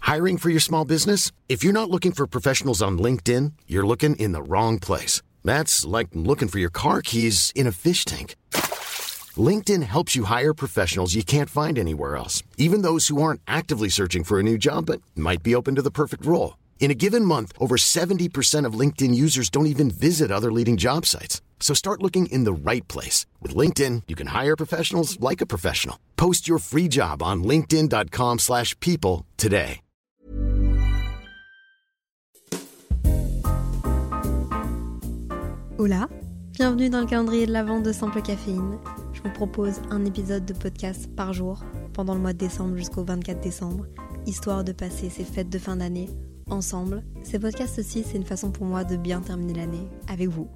Hiring for your small business? If you're not looking for professionals on LinkedIn, you're looking in the wrong place. That's like looking for your car keys in a fish tank. LinkedIn helps you hire professionals you can't find anywhere else, even those who aren't actively searching for a new job but might be open to the perfect role. In a given month, over 70% of LinkedIn users don't even visit other leading job sites. So start looking in the right place. With LinkedIn, you can hire professionals like a professional. Post your free job on linkedin.com/people today. Hola, bienvenue dans le calendrier de l'Avent de Simple Caféine. Je vous propose un épisode de podcast par jour pendant le mois de décembre jusqu'au 24 décembre, histoire de passer ces fêtes de fin d'année ensemble. Ces podcasts aussi, c'est une façon pour moi de bien terminer l'année avec vous.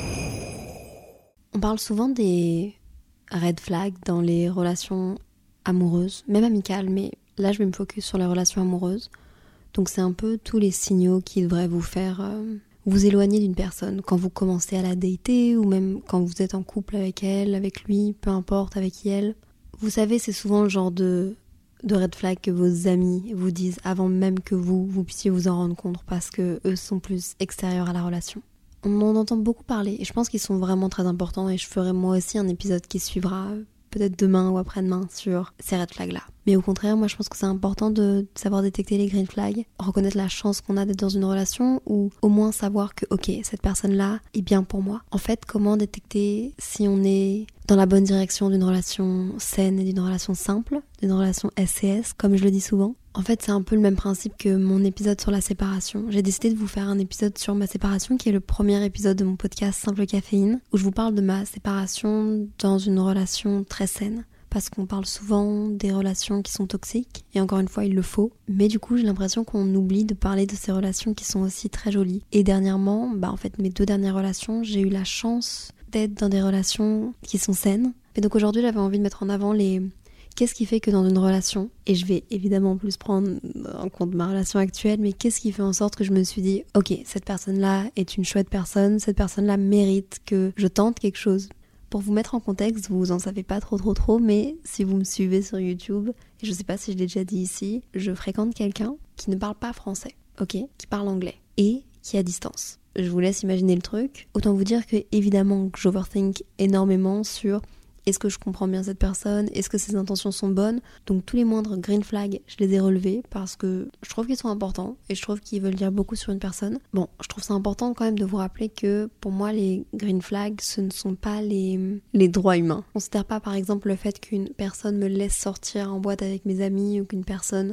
On parle souvent des red flags dans les relations amoureuses, même amicales, mais là je vais me focus sur les relations amoureuses. Donc c'est un peu tous les signaux qui devraient vous faire vous éloigner d'une personne quand vous commencez à la dater ou même quand vous êtes en couple avec elle, avec lui, peu importe, avec qui elle. Vous savez, c'est souvent le genre de red flag que vos amis vous disent avant même que vous puissiez vous en rendre compte parce que eux sont plus extérieurs à la relation. On en entend beaucoup parler et je pense qu'ils sont vraiment très importants et je ferai moi aussi un épisode qui suivra peut-être demain ou après-demain sur ces red flags-là. Mais au contraire, moi je pense que c'est important de savoir détecter les green flags, reconnaître la chance qu'on a d'être dans une relation ou au moins savoir que ok, cette personne-là est bien pour moi. En fait, comment détecter si on est dans la bonne direction d'une relation saine et d'une relation simple, d'une relation SCS, comme je le dis souvent. En fait, c'est un peu le même principe que mon épisode sur la séparation. J'ai décidé de vous faire un épisode sur ma séparation, qui est le premier épisode de mon podcast Simple Caféine, où je vous parle de ma séparation dans une relation très saine. Parce qu'on parle souvent des relations qui sont toxiques, et encore une fois, il le faut. Mais du coup, j'ai l'impression qu'on oublie de parler de ces relations qui sont aussi très jolies. Et dernièrement, en fait, mes 2 dernières relations, j'ai eu la chance d'être dans des relations qui sont saines. Et donc aujourd'hui, j'avais envie de mettre en avant qu'est-ce qui fait que dans une relation, et je vais évidemment plus prendre en compte ma relation actuelle, mais qu'est-ce qui fait en sorte que je me suis dit, ok, cette personne-là est une chouette personne, cette personne-là mérite que je tente quelque chose. Pour vous mettre en contexte, vous en savez pas trop, mais si vous me suivez sur YouTube, et je sais pas si je l'ai déjà dit ici, je fréquente quelqu'un qui ne parle pas français, ok, qui parle anglais, et qui est à distance. Je vous laisse imaginer le truc. Autant vous dire que évidemment que j'overthink énormément sur est-ce que je comprends bien cette personne, est-ce que ses intentions sont bonnes. Donc tous les moindres green flags, je les ai relevés parce que je trouve qu'ils sont importants et je trouve qu'ils veulent dire beaucoup sur une personne. Bon, je trouve ça important quand même de vous rappeler que pour moi les green flags, ce ne sont pas les droits humains. Je ne considère pas par exemple le fait qu'une personne me laisse sortir en boîte avec mes amis ou qu'une personne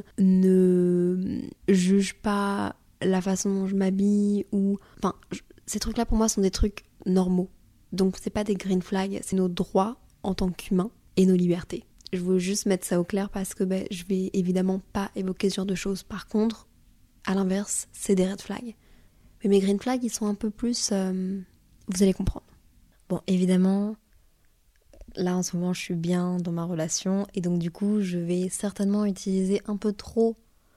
ne juge pas la façon dont je m'habille ou... Enfin, ces trucs-là pour moi sont des trucs normaux. Donc c'est pas des green flags, c'est nos droits en tant qu'humains et nos libertés. Je veux juste mettre ça au clair parce que je vais évidemment pas évoquer ce genre de choses. Par contre, à l'inverse, c'est des red flags. Mais mes green flags, ils sont un peu plus... vous allez comprendre. Bon, évidemment, là en ce moment, je suis bien dans ma relation et donc du coup, je vais certainement utiliser un peu trop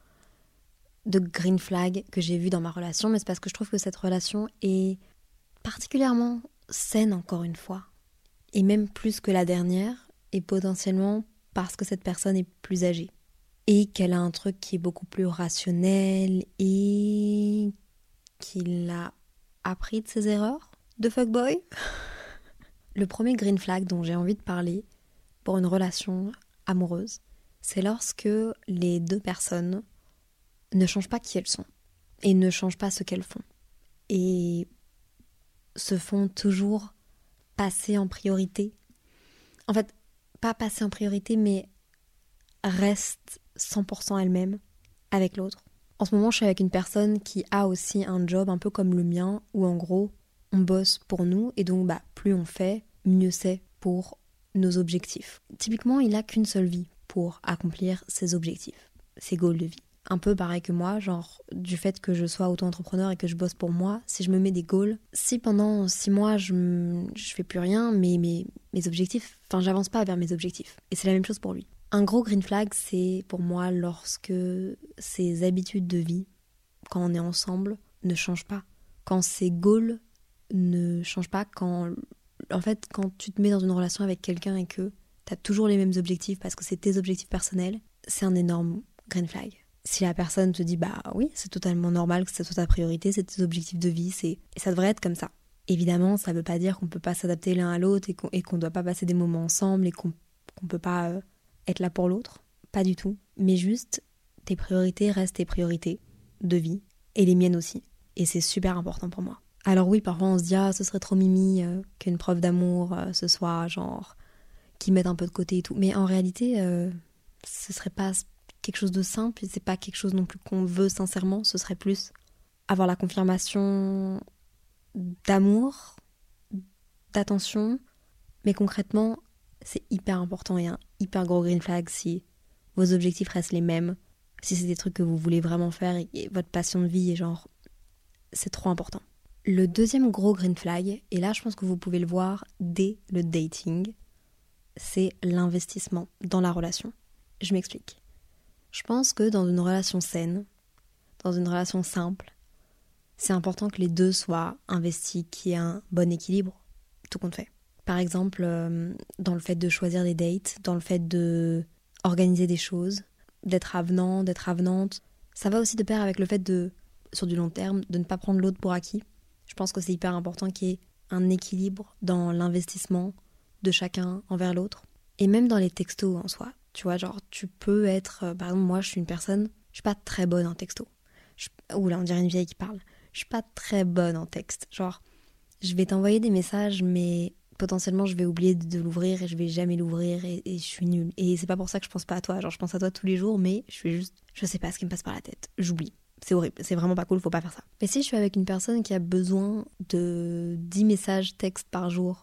de green flags que j'ai vus dans ma relation, mais c'est parce que je trouve que cette relation est particulièrement saine encore une fois. Et même plus que la dernière, et potentiellement parce que cette personne est plus âgée. Et qu'elle a un truc qui est beaucoup plus rationnel et qu'il a appris de ses erreurs de fuckboy. Le premier green flag dont j'ai envie de parler pour une relation amoureuse, c'est lorsque les 2 personnes ne changent pas qui elles sont et ne changent pas ce qu'elles font. Et se font toujours passer en priorité. En fait, pas passer en priorité, mais reste 100% elle-même avec l'autre. En ce moment, je suis avec une personne qui a aussi un job un peu comme le mien, où en gros, on bosse pour nous, et donc plus on fait, mieux c'est pour nos objectifs. Typiquement, il n'a qu'une seule vie pour accomplir ses objectifs, ses goals de vie. Un peu pareil que moi, genre du fait que je sois auto-entrepreneur et que je bosse pour moi, si je me mets des goals, si pendant 6 mois je fais plus rien, mais mes objectifs, j'avance pas vers mes objectifs. Et c'est la même chose pour lui. Un gros green flag, c'est pour moi lorsque ses habitudes de vie, quand on est ensemble, ne changent pas. Quand ses goals ne changent pas, quand tu te mets dans une relation avec quelqu'un et que t'as toujours les mêmes objectifs parce que c'est tes objectifs personnels, c'est un énorme green flag. Si la personne te dit bah oui, c'est totalement normal que ce soit ta priorité, c'est tes objectifs de vie, et ça devrait être comme ça. Évidemment, ça veut pas dire qu'on peut pas s'adapter l'un à l'autre et qu'on doit pas passer des moments ensemble et qu'on peut pas être là pour l'autre. Pas du tout. Mais juste, tes priorités restent tes priorités de vie et les miennes aussi. Et c'est super important pour moi. Alors oui, parfois on se dit ce serait trop mimi qu'une preuve d'amour ce soit genre qu'ils mettent un peu de côté et tout. Mais en réalité, ce serait pas quelque chose de simple, c'est pas quelque chose non plus qu'on veut sincèrement, ce serait plus avoir la confirmation d'amour, d'attention, mais concrètement, c'est hyper important et un hyper gros green flag si vos objectifs restent les mêmes, si c'est des trucs que vous voulez vraiment faire et votre passion de vie est genre, c'est trop important. Le deuxième gros green flag, et là je pense que vous pouvez le voir dès le dating, c'est l'investissement dans la relation. Je m'explique. Je pense que dans une relation saine, dans une relation simple, c'est important que les deux soient investis, qu'il y ait un bon équilibre, tout compte fait. Par exemple, dans le fait de choisir des dates, dans le fait de organiser des choses, d'être avenant, d'être avenante. Ça va aussi de pair avec le fait de, sur du long terme, de ne pas prendre l'autre pour acquis. Je pense que c'est hyper important qu'il y ait un équilibre dans l'investissement de chacun envers l'autre. Et même dans les textos en soi. Tu vois, genre, tu peux être... par exemple, moi, je suis une personne... Je suis pas très bonne en texto. Oula, on dirait une vieille qui parle. Je suis pas très bonne en texte. Genre, je vais t'envoyer des messages, mais potentiellement, je vais oublier de l'ouvrir et je vais jamais l'ouvrir et je suis nulle. Et c'est pas pour ça que je pense pas à toi. Genre, je pense à toi tous les jours, mais je fais juste... Je sais pas ce qui me passe par la tête. J'oublie. C'est horrible. C'est vraiment pas cool, faut pas faire ça. Mais si je suis avec une personne qui a besoin de 10 messages textes par jour,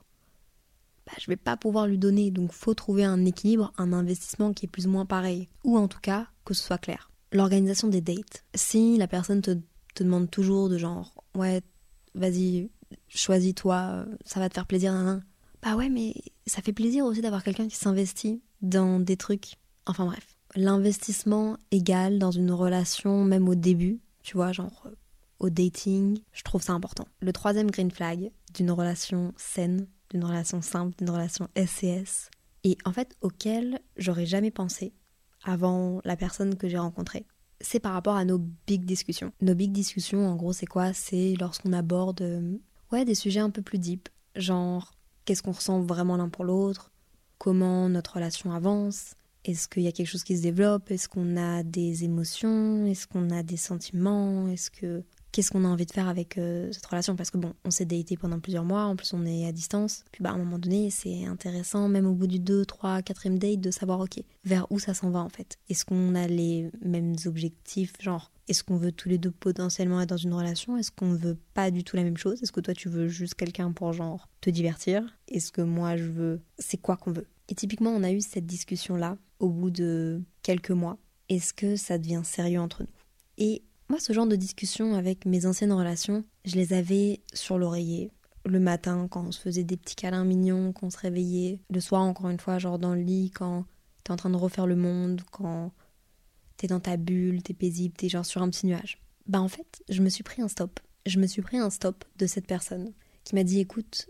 je vais pas pouvoir lui donner, donc faut trouver un équilibre, un investissement qui est plus ou moins pareil, ou en tout cas que ce soit clair. L'organisation des dates, si la personne te demande toujours de genre ouais vas-y choisis-toi, ça va te faire plaisir, bah ouais mais ça fait plaisir aussi d'avoir quelqu'un qui s'investit dans des trucs, enfin bref. L'investissement égal dans une relation, même au début, tu vois, genre au dating, je trouve ça important. Le troisième green flag d'une relation saine, d'une relation simple, d'une relation SCS, et en fait auquel j'aurais jamais pensé avant la personne que j'ai rencontrée. C'est par rapport à nos big discussions. Nos big discussions, en gros, c'est quoi ? C'est lorsqu'on aborde des sujets un peu plus deep, genre qu'est-ce qu'on ressent vraiment l'un pour l'autre, comment notre relation avance, est-ce qu'il y a quelque chose qui se développe, est-ce qu'on a des émotions, est-ce qu'on a des sentiments, qu'est-ce qu'on a envie de faire avec cette relation, parce que bon, on s'est daté pendant plusieurs mois, en plus on est à distance, puis à un moment donné c'est intéressant, même au bout du 2, 3, 4e date, de savoir ok, vers où ça s'en va en fait. Est-ce qu'on a les mêmes objectifs, genre est-ce qu'on veut tous les deux potentiellement être dans une relation, est-ce qu'on veut pas du tout la même chose, est-ce que toi tu veux juste quelqu'un pour genre te divertir, est-ce que moi je veux, c'est quoi qu'on veut. Et typiquement on a eu cette discussion là au bout de quelques mois, est-ce que ça devient sérieux entre nous. Et moi, ce genre de discussion avec mes anciennes relations, je les avais sur l'oreiller. Le matin, quand on se faisait des petits câlins mignons, qu'on se réveillait. Le soir, encore une fois, genre dans le lit, quand t'es en train de refaire le monde, quand t'es dans ta bulle, t'es paisible, t'es genre sur un petit nuage. En fait, je me suis pris un stop. Je me suis pris un stop de cette personne qui m'a dit, écoute,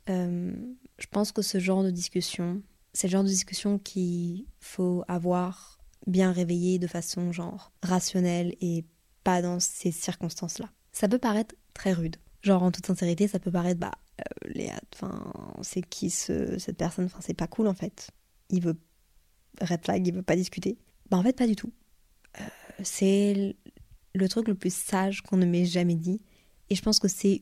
je pense que ce genre de discussion, c'est le genre de discussion qu'il faut avoir bien réveillé de façon genre rationnelle et pas dans ces circonstances-là. Ça peut paraître très rude. Genre, en toute sincérité, ça peut paraître, Léa, c'est qui cette personne, c'est pas cool en fait. Il veut red flag, il veut pas discuter. En fait, pas du tout. C'est le truc le plus sage qu'on ne m'ait jamais dit. Et je pense que c'est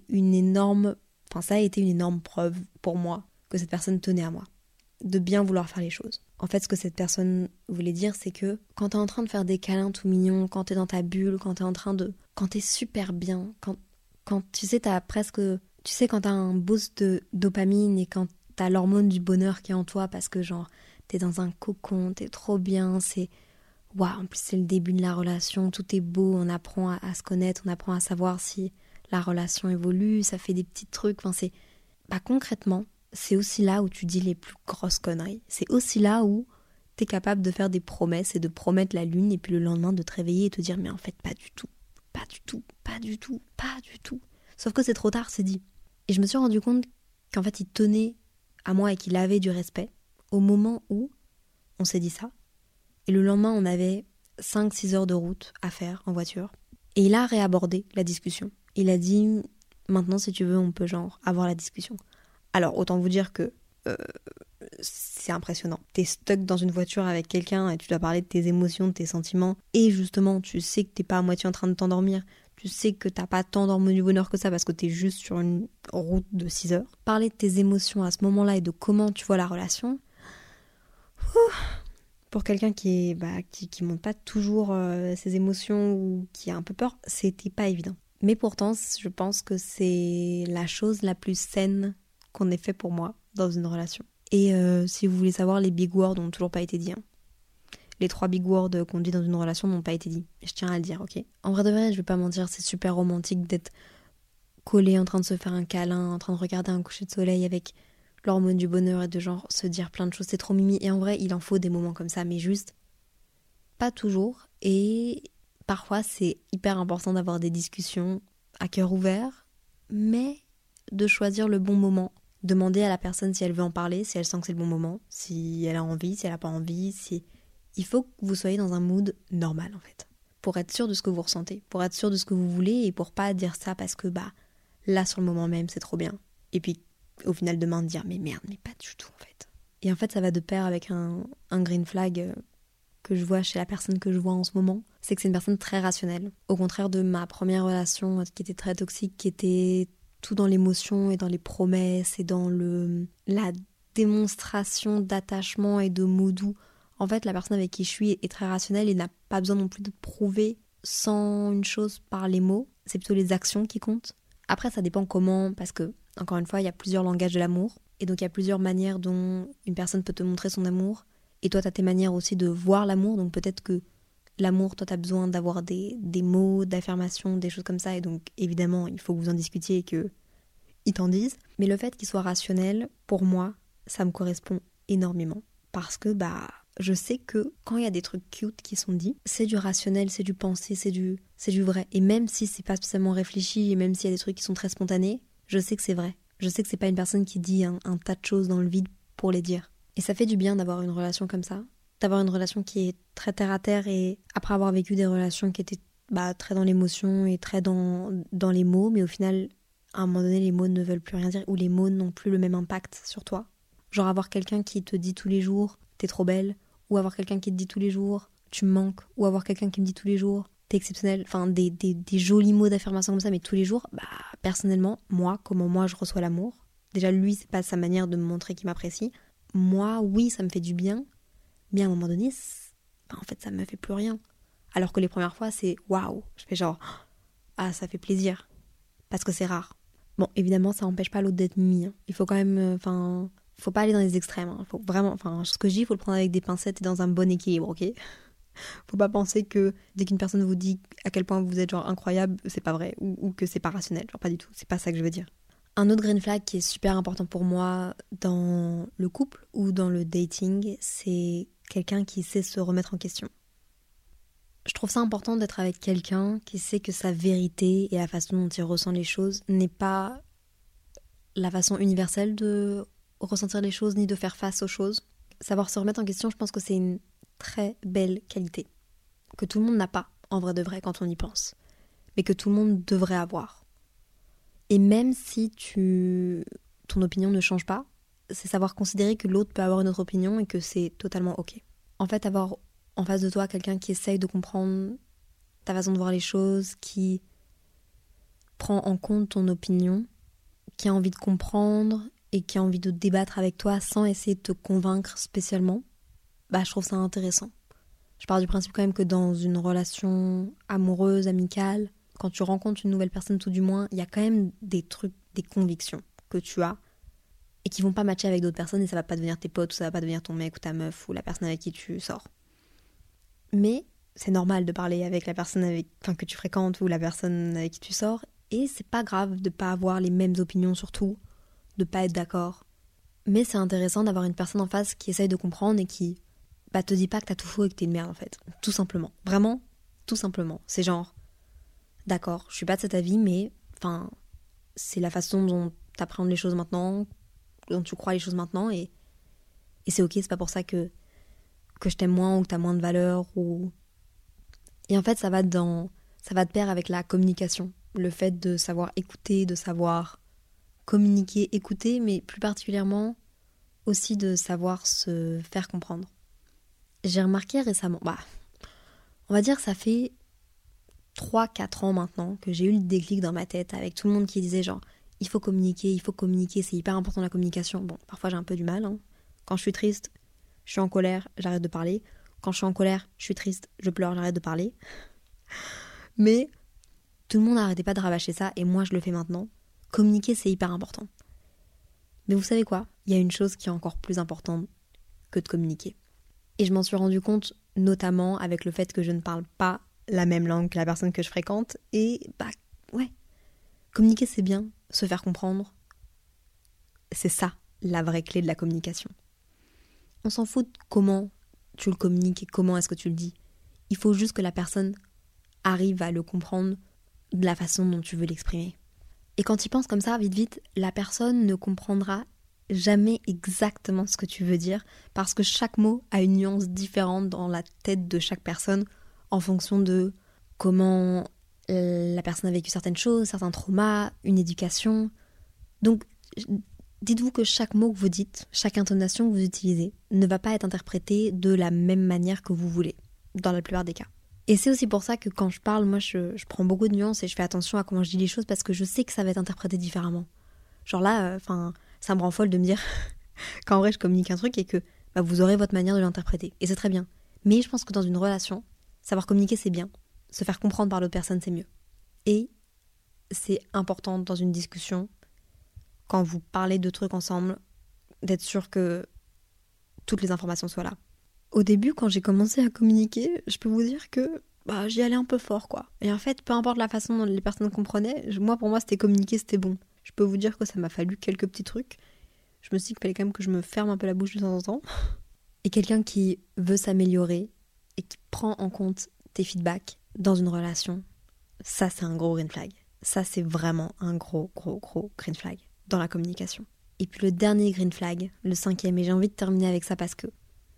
ça a été une énorme preuve pour moi que cette personne tenait à moi. De bien vouloir faire les choses. En fait, ce que cette personne voulait dire, c'est que quand t'es en train de faire des câlins tout mignons, quand t'es dans ta bulle, quand t'es super bien, quand tu sais, quand t'as un boost de dopamine et quand t'as l'hormone du bonheur qui est en toi parce que genre, t'es dans un cocon, t'es trop bien, en plus c'est le début de la relation, tout est beau, on apprend à se connaître, on apprend à savoir si la relation évolue, ça fait des petits trucs, concrètement, c'est aussi là où tu dis les plus grosses conneries. C'est aussi là où t'es capable de faire des promesses et de promettre la lune et puis le lendemain de te réveiller et te dire mais en fait pas du tout, pas du tout, pas du tout, pas du tout. Sauf que c'est trop tard, c'est dit. Et je me suis rendu compte qu'en fait il tenait à moi et qu'il avait du respect au moment où on s'est dit ça. Et le lendemain on avait 5-6 heures de route à faire en voiture. Et il a réabordé la discussion. Il a dit, maintenant si tu veux, on peut genre avoir la discussion. Alors autant vous dire que c'est impressionnant. T'es stuck dans une voiture avec quelqu'un et tu dois parler de tes émotions, de tes sentiments. Et justement, tu sais que t'es pas à moitié en train de t'endormir. Tu sais que t'as pas tant d'hormones du bonheur que ça parce que t'es juste sur une route de 6 heures. Parler de tes émotions à ce moment-là et de comment tu vois la relation, pour quelqu'un qui montre pas toujours ses émotions ou qui a un peu peur, c'était pas évident. Mais pourtant, je pense que c'est la chose la plus saine qu'on ait fait pour moi dans une relation. Et si vous voulez savoir, les big words n'ont toujours pas été dits. Les 3 big words qu'on dit dans une relation n'ont pas été dits. Je tiens à le dire, ok ? En vrai de vrai, je vais pas mentir, c'est super romantique d'être collé en train de se faire un câlin, en train de regarder un coucher de soleil avec l'hormone du bonheur et de genre se dire plein de choses, c'est trop mimi. Et en vrai, il en faut des moments comme ça, mais juste pas toujours. Et parfois, c'est hyper important d'avoir des discussions à cœur ouvert, mais de choisir le bon moment. Demander à la personne si elle veut en parler, si elle sent que c'est le bon moment, si elle a envie, si elle a pas envie, si... Il faut que vous soyez dans un mood normal en fait. Pour être sûr de ce que vous ressentez, pour être sûr de ce que vous voulez et pour pas dire ça parce que là sur le moment même c'est trop bien. Et puis au final demain dire mais merde, mais pas du tout en fait. Et en fait ça va de pair avec un green flag que je vois chez la personne que je vois en ce moment, c'est que c'est une personne très rationnelle. Au contraire de ma première relation qui était très toxique, qui était tout dans l'émotion et dans les promesses et dans la démonstration d'attachement et de mots doux. En fait, la personne avec qui je suis est très rationnelle et n'a pas besoin non plus de prouver sans une chose par les mots. C'est plutôt les actions qui comptent. Après, ça dépend comment, parce que, encore une fois, il y a plusieurs langages de l'amour. Et donc, il y a plusieurs manières dont une personne peut te montrer son amour. Et toi, tu as tes manières aussi de voir l'amour. Donc, peut-être que l'amour, toi, tu as besoin d'avoir des mots, d'affirmations, des choses comme ça. Et donc, évidemment, il faut que vous en discutiez et qu'ils t'en disent. Mais le fait qu'il soit rationnel, pour moi, ça me correspond énormément. Parce que, je sais que quand il y a des trucs cute qui sont dits, c'est du rationnel, c'est du pensé, c'est du vrai. Et même si c'est pas spécialement réfléchi, et même s'il y a des trucs qui sont très spontanés, je sais que c'est vrai. Je sais que c'est pas une personne qui dit un tas de choses dans le vide pour les dire. Et ça fait du bien d'avoir une relation comme ça, d'avoir une relation qui est très terre à terre et après avoir vécu des relations qui étaient très dans l'émotion et très dans les mots, mais au final, à un moment donné, les mots ne veulent plus rien dire ou les mots n'ont plus le même impact sur toi. Genre avoir quelqu'un qui te dit tous les jours « t'es trop belle », ou avoir quelqu'un qui te dit tous les jours « tu me manques », ou avoir quelqu'un qui me dit tous les jours « t'es exceptionnel », enfin des jolis mots d'affirmation comme ça, mais tous les jours, personnellement, moi, comment moi je reçois l'amour, déjà lui, c'est pas sa manière de me montrer qu'il m'apprécie, moi, oui, ça me fait du bien, mais à un moment donné, en fait, ça me fait plus rien. Alors que les premières fois, c'est waouh, je fais genre « ah, ça fait plaisir », parce que c'est rare. Bon, évidemment, ça n'empêche pas l'autre d'être mimi, hein. Il faut quand même, faut pas aller dans les extrêmes, hein. Faut vraiment, ce que je dis, il faut le prendre avec des pincettes et dans un bon équilibre, ok ? Faut pas penser que dès qu'une personne vous dit à quel point vous êtes genre incroyable, c'est pas vrai, ou que c'est pas rationnel, genre pas du tout, c'est pas ça que je veux dire. Un autre green flag qui est super important pour moi dans le couple ou dans le dating, c'est quelqu'un qui sait se remettre en question. Je trouve ça important d'être avec quelqu'un qui sait que sa vérité et la façon dont il ressent les choses n'est pas la façon universelle de ressentir les choses ni de faire face aux choses. Savoir se remettre en question, je pense que c'est une très belle qualité que tout le monde n'a pas, en vrai de vrai, quand on y pense, mais que tout le monde devrait avoir. Et même si ton opinion ne change pas, c'est savoir considérer que l'autre peut avoir une autre opinion et que c'est totalement ok. En fait, avoir en face de toi quelqu'un qui essaye de comprendre ta façon de voir les choses, qui prend en compte ton opinion, qui a envie de comprendre et qui a envie de débattre avec toi sans essayer de te convaincre spécialement, je trouve ça intéressant. Je pars du principe quand même que dans une relation amoureuse, amicale, quand tu rencontres une nouvelle personne tout du moins, il y a quand même des trucs, des convictions que tu as et qui vont pas matcher avec d'autres personnes et ça va pas devenir tes potes ou ça va pas devenir ton mec ou ta meuf ou la personne avec qui tu sors. Mais c'est normal de parler avec la personne que tu fréquentes ou la personne avec qui tu sors et c'est pas grave de pas avoir les mêmes opinions sur tout, de pas être d'accord. Mais c'est intéressant d'avoir une personne en face qui essaye de comprendre et qui te dit pas que t'as tout faux et que t'es une merde en fait. Tout simplement. Vraiment, tout simplement. C'est genre, d'accord, je suis pas de cet avis, mais c'est la façon dont t'appréhendes les choses maintenant, dont tu crois les choses maintenant et c'est ok, c'est pas pour ça que je t'aime moins ou que t'as moins de valeur ou Et en fait, ça va de pair avec la communication. Le fait de savoir écouter, de savoir communiquer, écouter, mais plus particulièrement aussi de savoir se faire comprendre. J'ai remarqué récemment, on va dire que ça fait 3-4 ans maintenant que j'ai eu le déclic dans ma tête avec tout le monde qui disait genre il faut communiquer, c'est hyper important la communication. Bon, parfois j'ai un peu du mal. Quand je suis triste, je suis en colère, j'arrête de parler. Quand je suis en colère, je suis triste, je pleure, j'arrête de parler. Mais tout le monde n'arrêtait pas de rabâcher ça et moi je le fais maintenant. Communiquer, c'est hyper important. Mais vous savez quoi ? Il y a une chose qui est encore plus importante que de communiquer. Et je m'en suis rendu compte notamment avec le fait que je ne parle pas la même langue que la personne que je fréquente. Et communiquer c'est bien, se faire comprendre, c'est ça la vraie clé de la communication. On s'en fout de comment tu le communiques et comment est-ce que tu le dis. Il faut juste que la personne arrive à le comprendre de la façon dont tu veux l'exprimer. Et quand tu penses comme ça, vite, la personne ne comprendra jamais exactement ce que tu veux dire parce que chaque mot a une nuance différente dans la tête de chaque personne en fonction de comment la personne a vécu certaines choses, certains traumas, une éducation. Donc, dites-vous que chaque mot que vous dites, chaque intonation que vous utilisez ne va pas être interprétée de la même manière que vous voulez, dans la plupart des cas. Et c'est aussi pour ça que quand je parle, moi je prends beaucoup de nuances et je fais attention à comment je dis les choses parce que je sais que ça va être interprété différemment. Genre là, ça me rend folle de me dire qu'en vrai je communique un truc et que vous aurez votre manière de l'interpréter. Et c'est très bien. Mais je pense que dans une relation, savoir communiquer c'est bien. Se faire comprendre par l'autre personne c'est mieux. Et c'est important dans une discussion, quand vous parlez de trucs ensemble, d'être sûr que toutes les informations soient là. Au début, quand j'ai commencé à communiquer, je peux vous dire que j'y allais un peu fort, quoi. Et en fait, peu importe la façon dont les personnes comprenaient, pour moi, c'était communiquer, c'était bon. Je peux vous dire que ça m'a fallu quelques petits trucs. Je me suis dit qu'il fallait quand même que je me ferme un peu la bouche de temps en temps. Et quelqu'un qui veut s'améliorer et qui prend en compte tes feedbacks dans une relation, ça, c'est un gros green flag. Ça, c'est vraiment un gros green flag dans la communication. Et puis le dernier green flag, le 5e, et j'ai envie de terminer avec ça parce que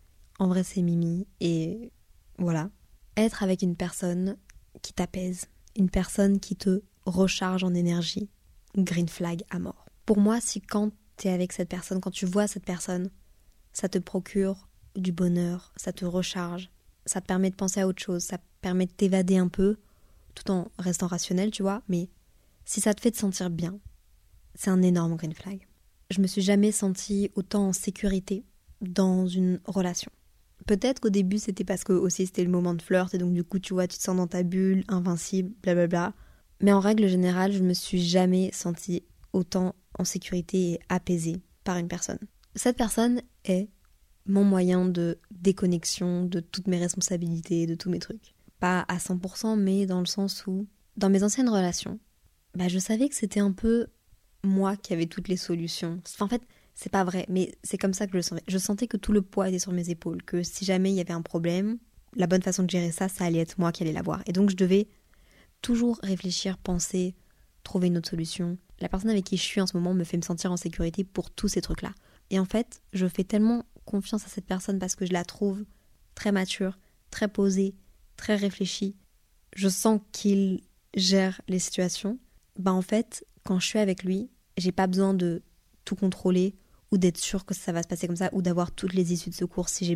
en vrai, c'est Mimi, et voilà. Être avec une personne qui t'apaise, une personne qui te recharge en énergie, green flag à mort. Pour moi, si quand t'es avec cette personne, quand tu vois cette personne, ça te procure du bonheur, ça te recharge, ça te permet de penser à autre chose, ça te permet de t'évader un peu, tout en restant rationnel, tu vois, mais si ça te fait te sentir bien, c'est un énorme green flag. Je me suis jamais sentie autant en sécurité dans une relation. Peut-être qu'au début c'était parce que aussi c'était le moment de flirt et donc du coup tu vois tu te sens dans ta bulle, invincible, blablabla. Mais en règle générale je me suis jamais sentie autant en sécurité et apaisée par une personne. Cette personne est mon moyen de déconnexion de toutes mes responsabilités, de tous mes trucs. Pas à 100% mais dans le sens où dans mes anciennes relations, je savais que c'était un peu moi qui avais toutes les solutions. En fait, c'est pas vrai, mais c'est comme ça que je le sentais. Je sentais que tout le poids était sur mes épaules, que si jamais il y avait un problème, la bonne façon de gérer ça, ça allait être moi qui allais l'avoir. Et donc je devais toujours réfléchir, penser, trouver une autre solution. La personne avec qui je suis en ce moment me fait me sentir en sécurité pour tous ces trucs-là. Et en fait, je fais tellement confiance à cette personne parce que je la trouve très mature, très posée, très réfléchie. Je sens qu'il gère les situations. En fait, quand je suis avec lui, j'ai pas besoin de tout contrôler ou d'être sûre que ça va se passer comme ça ou d'avoir toutes les issues de secours si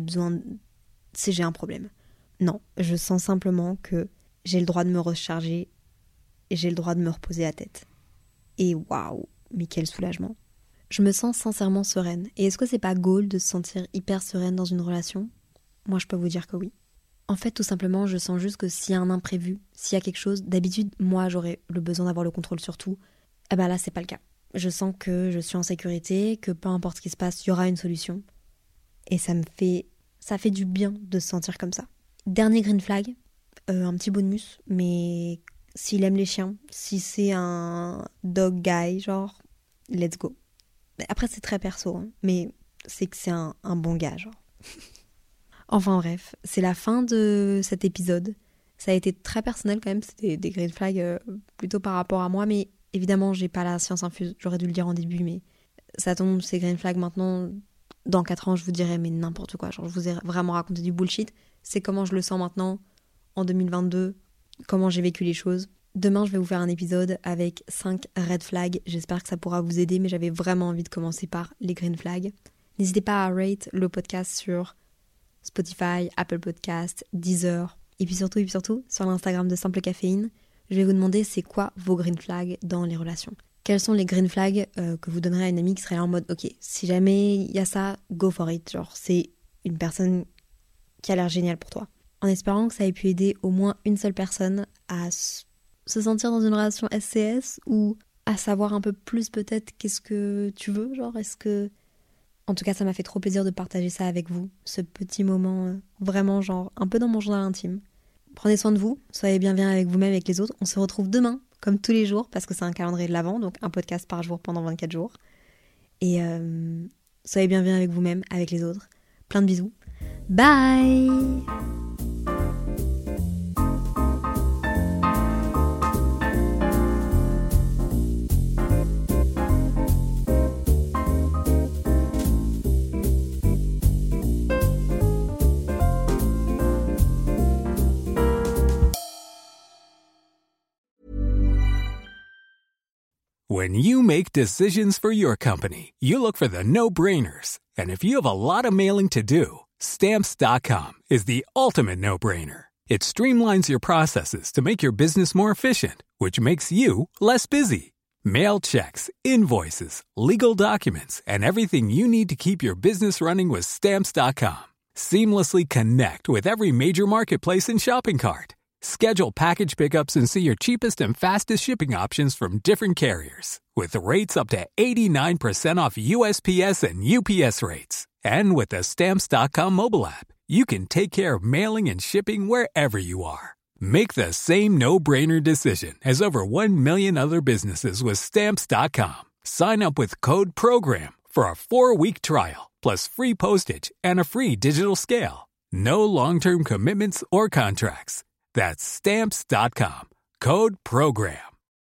j'ai un problème. Non, je sens simplement que j'ai le droit de me recharger et j'ai le droit de me reposer la tête. Et waouh, mais quel soulagement. Je me sens sincèrement sereine. Et est-ce que c'est pas goal de se sentir hyper sereine dans une relation ? Moi, je peux vous dire que oui. En fait, tout simplement, je sens juste que s'il y a un imprévu, s'il y a quelque chose, d'habitude, moi, j'aurais le besoin d'avoir le contrôle sur tout. Là, c'est pas le cas. Je sens que je suis en sécurité, que peu importe ce qui se passe, il y aura une solution. Et ça fait du bien de se sentir comme ça. Dernier green flag, un petit bonus, mais s'il aime les chiens, si c'est un dog guy, genre, let's go. Après, c'est très perso, mais c'est que c'est un bon gars, genre. Enfin bref, c'est la fin de cet épisode. Ça a été très personnel quand même, c'était des green flags plutôt par rapport à moi, mais évidemment, j'ai pas la science infuse, j'aurais dû le dire en début, mais ça tombe, ces green flags maintenant, dans 4 ans, je vous dirais mais n'importe quoi, genre je vous ai vraiment raconté du bullshit, c'est comment je le sens maintenant, en 2022, comment j'ai vécu les choses. Demain, je vais vous faire un épisode avec 5 red flags. J'espère que ça pourra vous aider, mais j'avais vraiment envie de commencer par les green flags. N'hésitez pas à rate le podcast sur Spotify, Apple Podcasts, Deezer. Et puis surtout, sur l'Instagram de Simple Caféine, je vais vous demander c'est quoi vos green flags dans les relations. Quels sont les green flags que vous donnerez à une amie qui serait là en mode ok, si jamais il y a ça, go for it. Genre, c'est une personne qui a l'air géniale pour toi. En espérant que ça ait pu aider au moins une seule personne à se sentir dans une relation SCS ou à savoir un peu plus peut-être qu'est-ce que tu veux, genre est-ce que... En tout cas, ça m'a fait trop plaisir de partager ça avec vous, ce petit moment vraiment genre un peu dans mon journal intime. Prenez soin de vous, soyez bienveillants avec vous-même et avec les autres. On se retrouve demain, comme tous les jours, parce que c'est un calendrier de l'Avent, donc un podcast par jour pendant 24 jours. Et soyez bienveillants avec vous-même, avec les autres. Plein de bisous. Bye! When you make decisions for your company, you look for the no-brainers. And if you have a lot of mailing to do, Stamps.com is the ultimate no-brainer. It streamlines your processes to make your business more efficient, which makes you less busy. Mail checks, invoices, legal documents, and everything you need to keep your business running with Stamps.com. Seamlessly connect with every major marketplace and shopping cart. Schedule package pickups and see your cheapest and fastest shipping options from different carriers. With rates up to 89% off USPS and UPS rates. And with the Stamps.com mobile app, you can take care of mailing and shipping wherever you are. Make the same no-brainer decision as over 1 million other businesses with Stamps.com. Sign up with Code PROGRAM for a 4-week trial, plus free postage and a free digital scale. No long-term commitments or contracts. That's Stamps.com. Code PROGRAM.